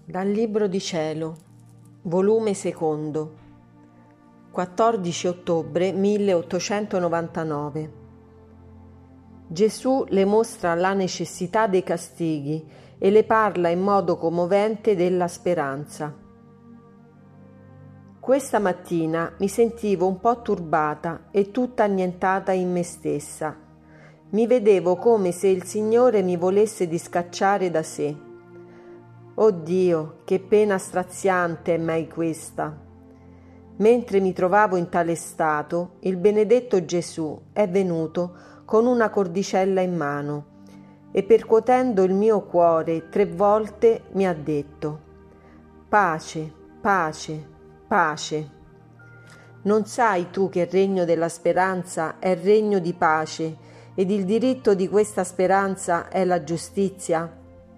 Dal Libro di Cielo, volume secondo, 14 ottobre 1899. Gesù le mostra la necessità dei castighi e le parla in modo commovente della speranza. Questa mattina mi sentivo un po' turbata e tutta annientata in me stessa. Mi vedevo come se il Signore mi volesse discacciare da sé. Oh Dio, che pena straziante è mai questa! Mentre mi trovavo in tale stato, il benedetto Gesù è venuto con una cordicella in mano e percuotendo il mio cuore 3 volte mi ha detto: pace, pace, pace. Non sai tu che il regno della speranza è regno di pace ed il diritto di questa speranza è la giustizia?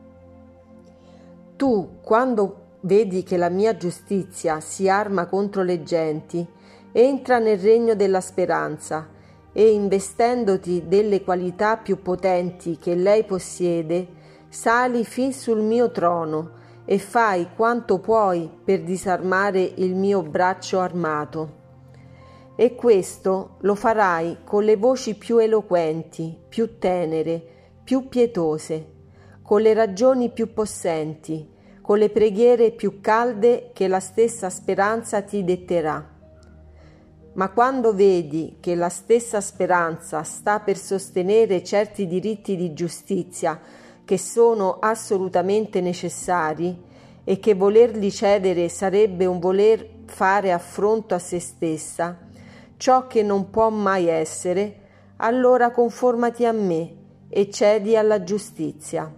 Tu, quando vedi che la mia giustizia si arma contro le genti, entra nel regno della speranza e, investendoti delle qualità più potenti che lei possiede, sali fin sul mio trono e fai quanto puoi per disarmare il mio braccio armato. E questo lo farai con le voci più eloquenti, più tenere, più pietose, con le ragioni più possenti, con le preghiere più calde che la stessa speranza ti detterà. Ma quando vedi che la stessa speranza sta per sostenere certi diritti di giustizia che sono assolutamente necessari e che volerli cedere sarebbe un voler fare affronto a se stessa, ciò che non può mai essere, allora conformati a me e cedi alla giustizia.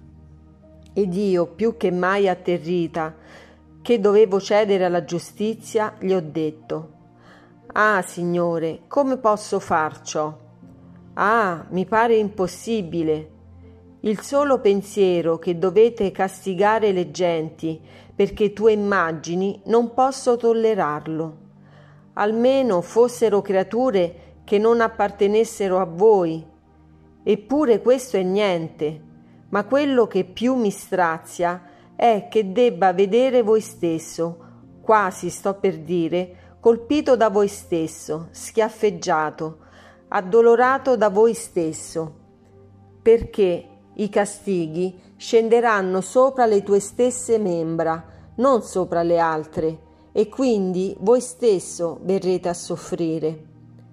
Ed io, più che mai atterrita, che dovevo cedere alla giustizia, gli ho detto: «Ah, Signore, come posso far ciò? Ah, mi pare impossibile. Il solo pensiero che dovete castigare le genti perché tue immagini non posso tollerarlo. Almeno fossero creature che non appartenessero a voi. Eppure questo è niente. Ma quello che più mi strazia è che debba vedere voi stesso, quasi sto per dire, colpito da voi stesso, schiaffeggiato, addolorato da voi stesso, perché i castighi scenderanno sopra le tue stesse membra, non sopra le altre, e quindi voi stesso verrete a soffrire.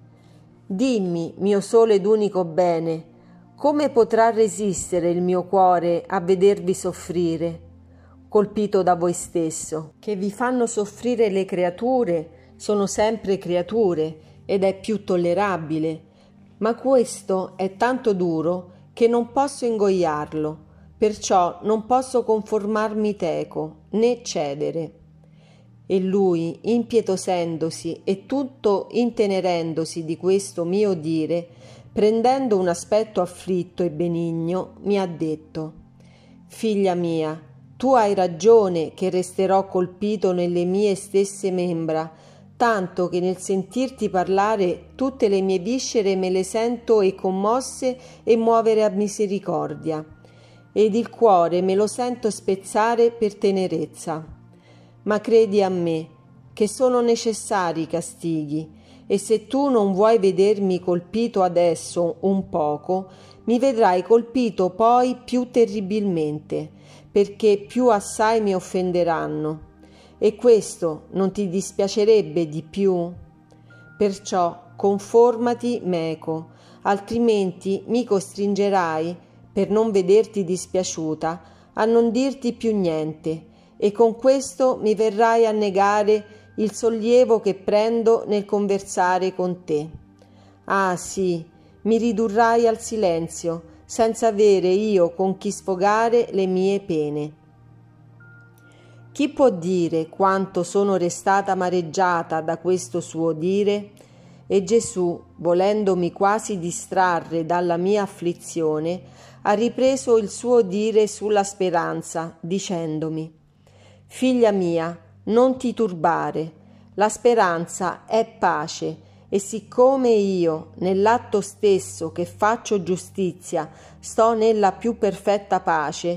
Dimmi, mio solo ed unico bene, come potrà resistere il mio cuore a vedervi soffrire, colpito da voi stesso? Che vi fanno soffrire le creature sono sempre creature ed è più tollerabile, ma questo è tanto duro che non posso ingoiarlo, perciò non posso conformarmi teco né cedere. E lui, impietosendosi e tutto intenerendosi di questo mio dire, prendendo un aspetto afflitto e benigno, mi ha detto: «Figlia mia, tu hai ragione che resterò colpito nelle mie stesse membra, tanto che nel sentirti parlare tutte le mie viscere me le sento e commosse e muovere a misericordia, ed il cuore me lo sento spezzare per tenerezza. Ma credi a me, che sono necessari i castighi, e se tu non vuoi vedermi colpito adesso un poco, mi vedrai colpito poi più terribilmente, perché più assai mi offenderanno. E questo non ti dispiacerebbe di più? Perciò conformati meco, altrimenti mi costringerai, per non vederti dispiaciuta, a non dirti più niente, e con questo mi verrai a negare il sollievo che prendo nel conversare con te. Ah sì, mi ridurrai al silenzio, senza avere io con chi sfogare le mie pene. Chi può dire quanto sono restata amareggiata da questo suo dire?» E Gesù, volendomi quasi distrarre dalla mia afflizione, ha ripreso il suo dire sulla speranza, dicendomi: «Figlia mia, non ti turbare, la speranza è pace, e siccome io, nell'atto stesso che faccio giustizia, sto nella più perfetta pace,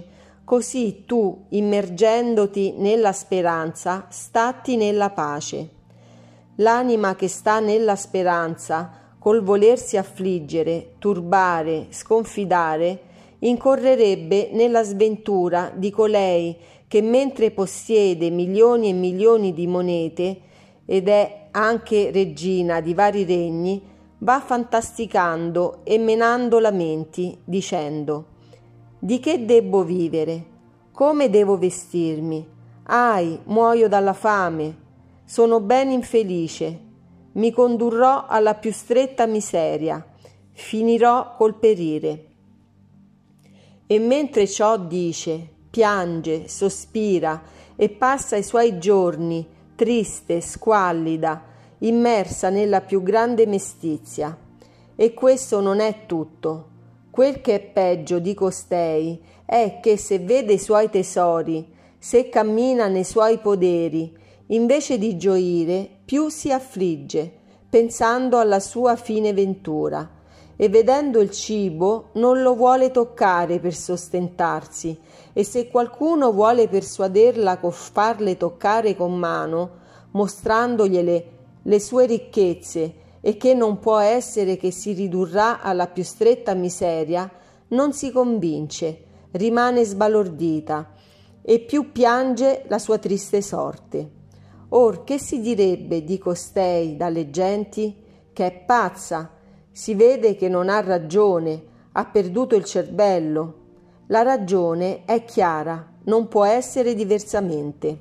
così tu, immergendoti nella speranza, statti nella pace. L'anima che sta nella speranza, col volersi affliggere, turbare, sconfidare, incorrerebbe nella sventura di colei che mentre possiede milioni e milioni di monete ed è anche regina di vari regni, va fantasticando e menando lamenti, dicendo: di che debbo vivere? Come devo vestirmi? Ahi, muoio dalla fame, sono ben infelice, mi condurrò alla più stretta miseria, finirò col perire. E mentre ciò dice, piange, sospira e passa i suoi giorni triste, squallida, immersa nella più grande mestizia. E questo non è tutto. Quel che è peggio di costei è che se vede i suoi tesori, se cammina nei suoi poderi, invece di gioire, più si affligge, pensando alla sua fine ventura, e vedendo il cibo non lo vuole toccare per sostentarsi, e se qualcuno vuole persuaderla con farle toccare con mano, mostrandogliele le sue ricchezze, e che non può essere che si ridurrà alla più stretta miseria, non si convince, rimane sbalordita, e più piange la sua triste sorte. Or che si direbbe di costei dalle genti? Che è pazza, si vede che non ha ragione, ha perduto il cervello. La ragione è chiara, non può essere diversamente.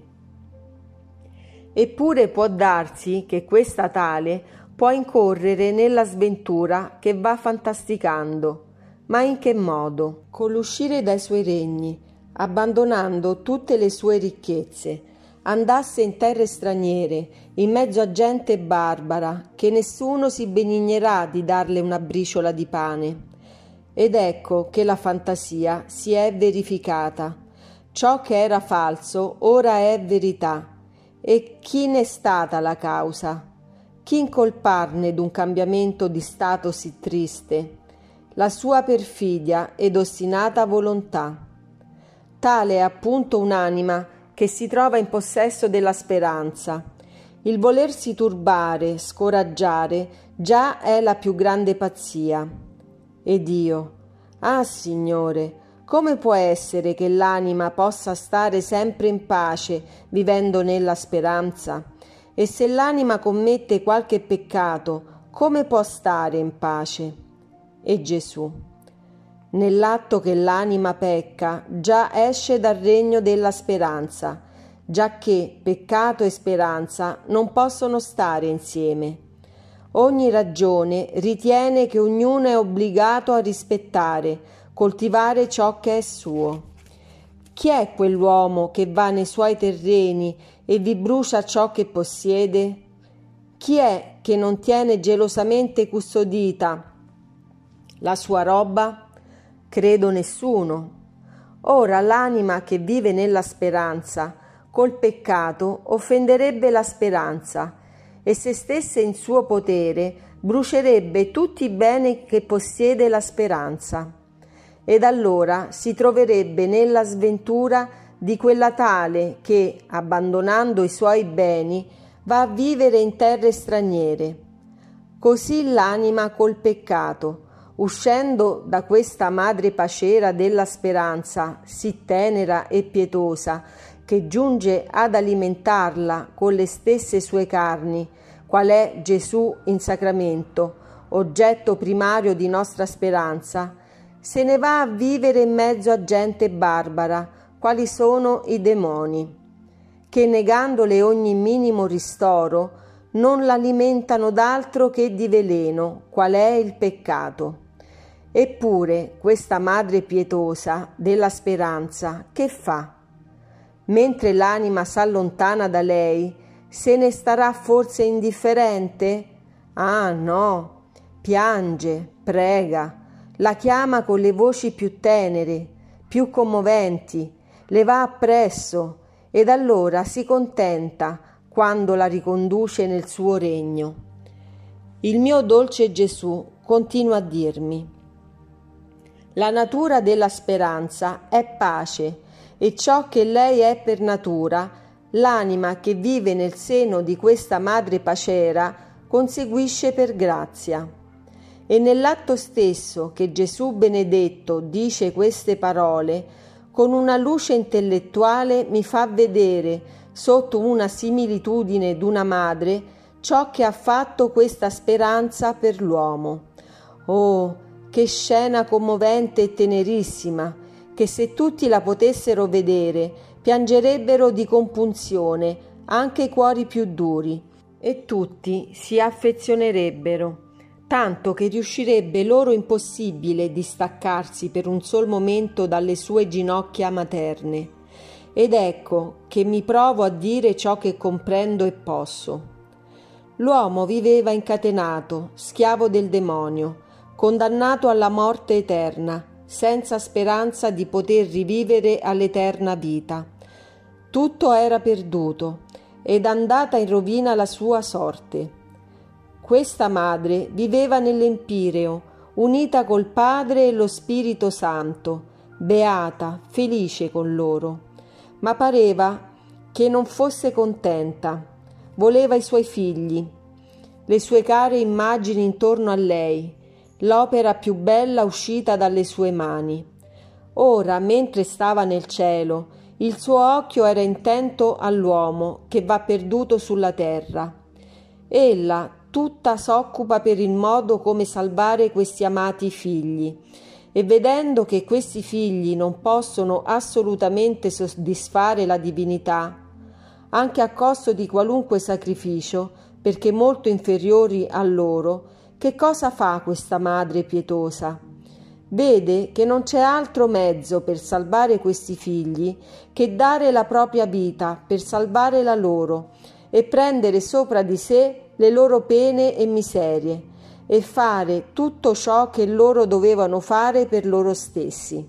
Eppure può darsi che questa tale può incorrere nella sventura che va fantasticando. Ma in che modo? Con l'uscire dai suoi regni, abbandonando tutte le sue ricchezze, andasse in terre straniere, in mezzo a gente barbara, che nessuno si benignerà di darle una briciola di pane. Ed ecco che la fantasia si è verificata. Ciò che era falso ora è verità. E chi n'è stata la causa? Chi incolparne d'un cambiamento di stato sì triste? La sua perfidia ed ostinata volontà. Tale è appunto un'anima che si trova in possesso della speranza. Il volersi turbare, scoraggiare, già è la più grande pazzia. Ed io, ah Signore, come può essere che l'anima possa stare sempre in pace vivendo nella speranza? E se l'anima commette qualche peccato, come può stare in pace? E Gesù: nell'atto che l'anima pecca, già esce dal regno della speranza, giacché peccato e speranza non possono stare insieme. Ogni ragione ritiene che ognuno è obbligato a rispettare, coltivare ciò che è suo. Chi è quell'uomo che va nei suoi terreni e vi brucia ciò che possiede? Chi è che non tiene gelosamente custodita la sua roba? Credo nessuno. Ora l'anima che vive nella speranza col peccato offenderebbe la speranza e se stesse in suo potere brucerebbe tutti i beni che possiede la speranza. Ed allora si troverebbe nella sventura di quella tale che, abbandonando i suoi beni, va a vivere in terre straniere. Così l'anima col peccato, uscendo da questa madre pacera della speranza, sì tenera e pietosa, che giunge ad alimentarla con le stesse sue carni, qual è Gesù in sacramento, oggetto primario di nostra speranza, se ne va a vivere in mezzo a gente barbara, quali sono i demoni, che negandole ogni minimo ristoro non l'alimentano d'altro che di veleno, qual è il peccato. Eppure questa madre pietosa della speranza che fa? Mentre l'anima s'allontana da lei, se ne starà forse indifferente? Ah no, piange, prega, la chiama con le voci più tenere, più commoventi, le va appresso ed allora si contenta quando la riconduce nel suo regno. Il mio dolce Gesù continua a dirmi: La natura della speranza è pace e ciò che lei è per natura, l'anima che vive nel seno di questa madre pacera conseguisce per grazia. E nell'atto stesso che Gesù benedetto dice queste parole, con una luce intellettuale mi fa vedere, sotto una similitudine d'una madre, ciò che ha fatto questa speranza per l'uomo. Oh, che scena commovente e tenerissima, che se tutti la potessero vedere, piangerebbero di compunzione anche i cuori più duri, e tutti si affezionerebbero, tanto che riuscirebbe loro impossibile distaccarsi per un sol momento dalle sue ginocchia materne. Ed ecco che mi provo a dire ciò che comprendo e posso. L'uomo viveva incatenato, schiavo del demonio, condannato alla morte eterna, senza speranza di poter rivivere all'eterna vita. Tutto era perduto ed andata in rovina la sua sorte. Questa madre viveva nell'Empireo, unita col Padre e lo Spirito Santo, beata, felice con loro. Ma pareva che non fosse contenta. Voleva i suoi figli, le sue care immagini intorno a lei, l'opera più bella uscita dalle sue mani. Ora, mentre stava nel cielo, il suo occhio era intento all'uomo che va perduto sulla terra. Ella tutta s'occupa per il modo come salvare questi amati figli, e vedendo che questi figli non possono assolutamente soddisfare la divinità, anche a costo di qualunque sacrificio, perché molto inferiori a loro, che cosa fa questa madre pietosa? Vede che non c'è altro mezzo per salvare questi figli che dare la propria vita per salvare la loro e prendere sopra di sé le loro pene e miserie e fare tutto ciò che loro dovevano fare per loro stessi.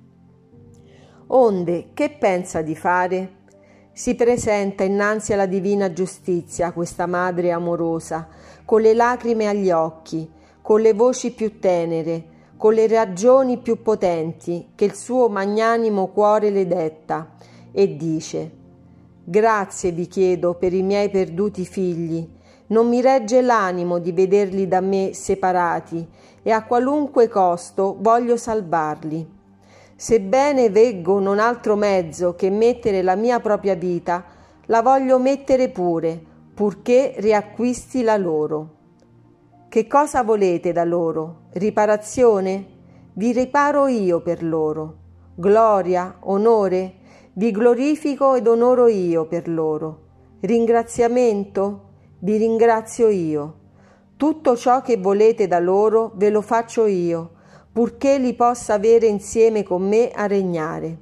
Onde, che pensa di fare? Si presenta innanzi alla divina giustizia questa madre amorosa, con le lacrime agli occhi, con le voci più tenere, con le ragioni più potenti che il suo magnanimo cuore le detta, e dice: «Grazie vi chiedo per i miei perduti figli, non mi regge l'animo di vederli da me separati e a qualunque costo voglio salvarli. Sebbene veggo non altro mezzo che mettere la mia propria vita, la voglio mettere pure, purché riacquisti la loro. Che cosa volete da loro? Riparazione? Vi riparo io per loro. Gloria, onore? Vi glorifico ed onoro io per loro. Ringraziamento? Vi ringrazio io. Tutto ciò che volete da loro ve lo faccio io, purché li possa avere insieme con me a regnare».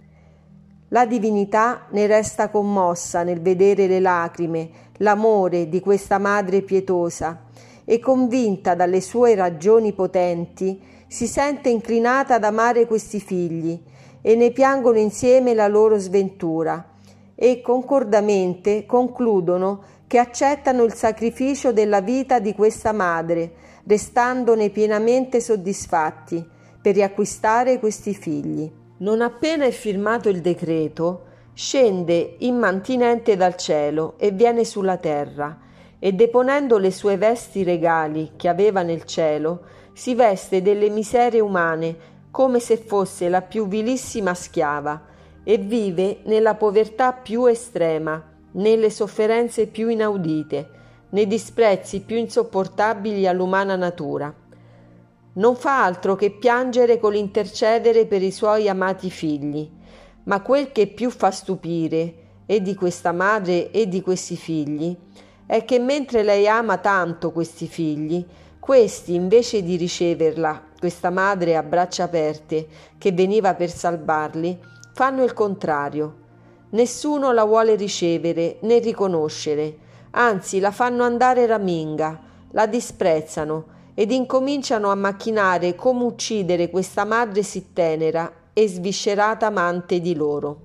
La divinità ne resta commossa nel vedere le lacrime, l'amore di questa madre pietosa, e convinta dalle sue ragioni potenti, si sente inclinata ad amare questi figli, e ne piangono insieme la loro sventura, e concordamente concludono che accettano il sacrificio della vita di questa madre, restandone pienamente soddisfatti per riacquistare questi figli. Non appena è firmato il decreto, scende immantinente dal cielo e viene sulla terra, e deponendo le sue vesti regali che aveva nel cielo, si veste delle miserie umane come se fosse la più vilissima schiava, e vive nella povertà più estrema, nelle sofferenze più inaudite, nei disprezzi più insopportabili all'umana natura. Non fa altro che piangere con l'intercedere per i suoi amati figli, ma quel che più fa stupire, e di questa madre e di questi figli, è che mentre lei ama tanto questi figli, questi, invece di riceverla, questa madre a braccia aperte, che veniva per salvarli, fanno il contrario. Nessuno la vuole ricevere né riconoscere, anzi la fanno andare raminga, la disprezzano ed incominciano a macchinare come uccidere questa madre sì tenera e sviscerata amante di loro.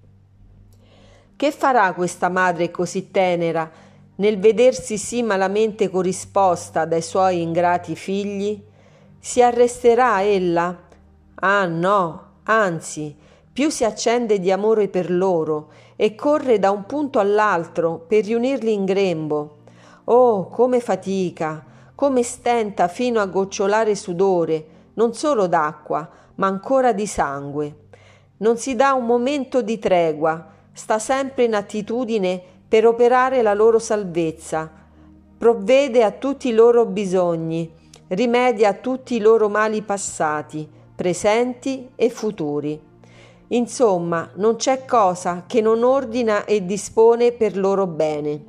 Che farà questa madre così tenera nel vedersi sì malamente corrisposta dai suoi ingrati figli? Si arresterà ella? Ah no, anzi, più si accende di amore per loro e corre da un punto all'altro per riunirli in grembo. Oh, come fatica, come stenta fino a gocciolare sudore, non solo d'acqua, ma ancora di sangue. Non si dà un momento di tregua, sta sempre in attitudine per operare la loro salvezza, provvede a tutti i loro bisogni, rimedia a tutti i loro mali passati, presenti e futuri. Insomma, non c'è cosa che non ordina e dispone per loro bene.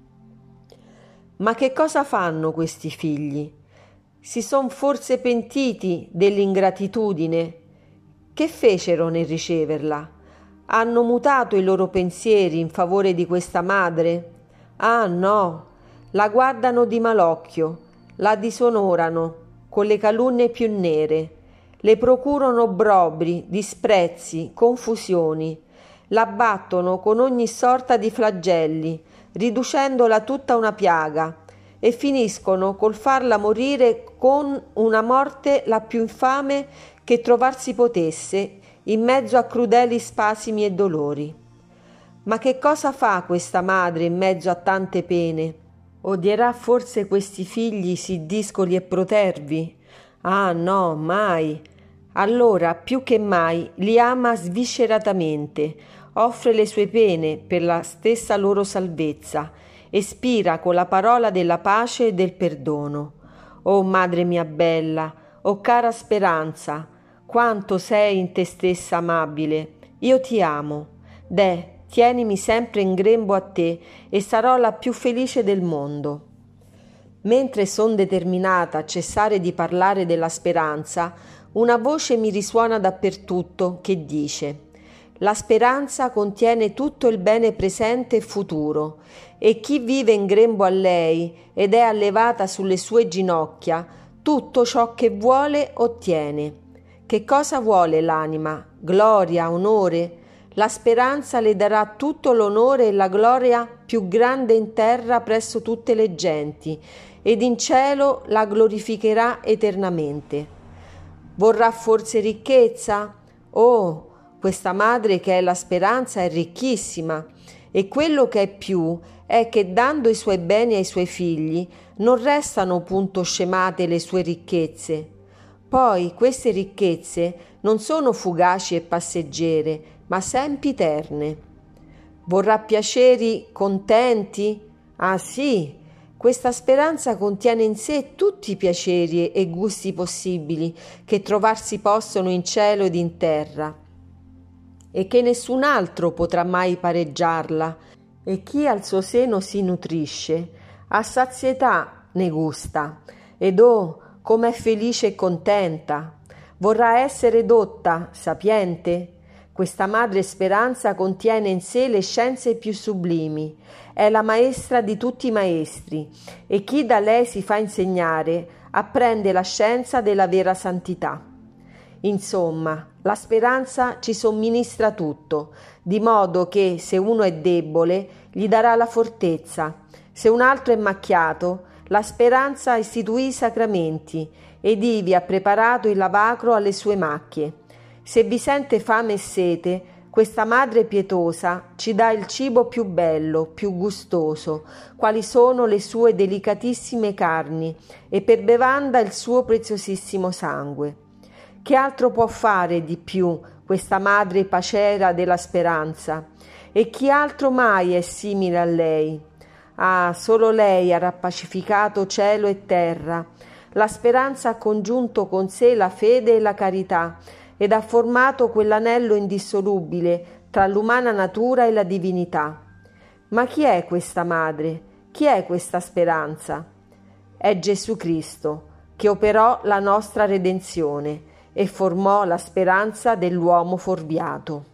Ma che cosa fanno questi figli? Si son forse pentiti dell'ingratitudine? Che fecero nel riceverla? Hanno mutato i loro pensieri in favore di questa madre? Ah no, la guardano di malocchio, la disonorano con le calunnie più nere, le procurano obbrobri, disprezzi, confusioni, la battono con ogni sorta di flagelli, riducendola tutta una piaga, e finiscono col farla morire con una morte la più infame che trovarsi potesse in mezzo a crudeli spasimi e dolori. Ma che cosa fa questa madre in mezzo a tante pene? Odierà forse questi figli sì discoli e protervi? Ah no, mai. Allora, più che mai, li ama svisceratamente, offre le sue pene per la stessa loro salvezza, espira con la parola della pace e del perdono. Oh madre mia bella, oh cara speranza, quanto sei in te stessa amabile, io ti amo. Deh, tienimi sempre in grembo a te e sarò la più felice del mondo. Mentre son determinata a cessare di parlare della speranza, una voce mi risuona dappertutto che dice: la speranza contiene tutto il bene presente e futuro, e chi vive in grembo a lei ed è allevata sulle sue ginocchia, tutto ciò che vuole ottiene. Che cosa vuole l'anima? Gloria, onore? La speranza le darà tutto l'onore e la gloria più grande in terra presso tutte le genti, ed in cielo la glorificherà eternamente. Vorrà forse ricchezza? Oh, questa madre che è la speranza è ricchissima, e quello che è più è che dando i suoi beni ai suoi figli non restano punto scemate le sue ricchezze. Poi queste ricchezze non sono fugaci e passeggere, ma sempiterne. Vorrà piaceri contenti? Ah sì, questa speranza contiene in sé tutti i piaceri e gusti possibili che trovarsi possono in cielo ed in terra, e che nessun altro potrà mai pareggiarla, e chi al suo seno si nutrisce a sazietà ne gusta, ed oh, com'è felice e contenta. Vorrà essere dotta, sapiente? Questa madre speranza contiene in sé le scienze più sublimi, è la maestra di tutti i maestri, e chi da lei si fa insegnare apprende la scienza della vera santità. Insomma, la speranza ci somministra tutto, di modo che se uno è debole gli darà la fortezza, se un altro è macchiato, la speranza istituì i sacramenti ed ivi ha preparato il lavacro alle sue macchie. Se vi sente fame e sete, questa madre pietosa ci dà il cibo più bello, più gustoso, quali sono le sue delicatissime carni, e per bevanda il suo preziosissimo sangue. Che altro può fare di più questa madre pacera della speranza? E chi altro mai è simile a lei? Ah, solo lei ha rappacificato cielo e terra. La speranza ha congiunto con sé la fede e la carità, ed ha formato quell'anello indissolubile tra l'umana natura e la divinità. Ma chi è questa madre? Chi è questa speranza? È Gesù Cristo, che operò la nostra redenzione e formò la speranza dell'uomo fuorviato.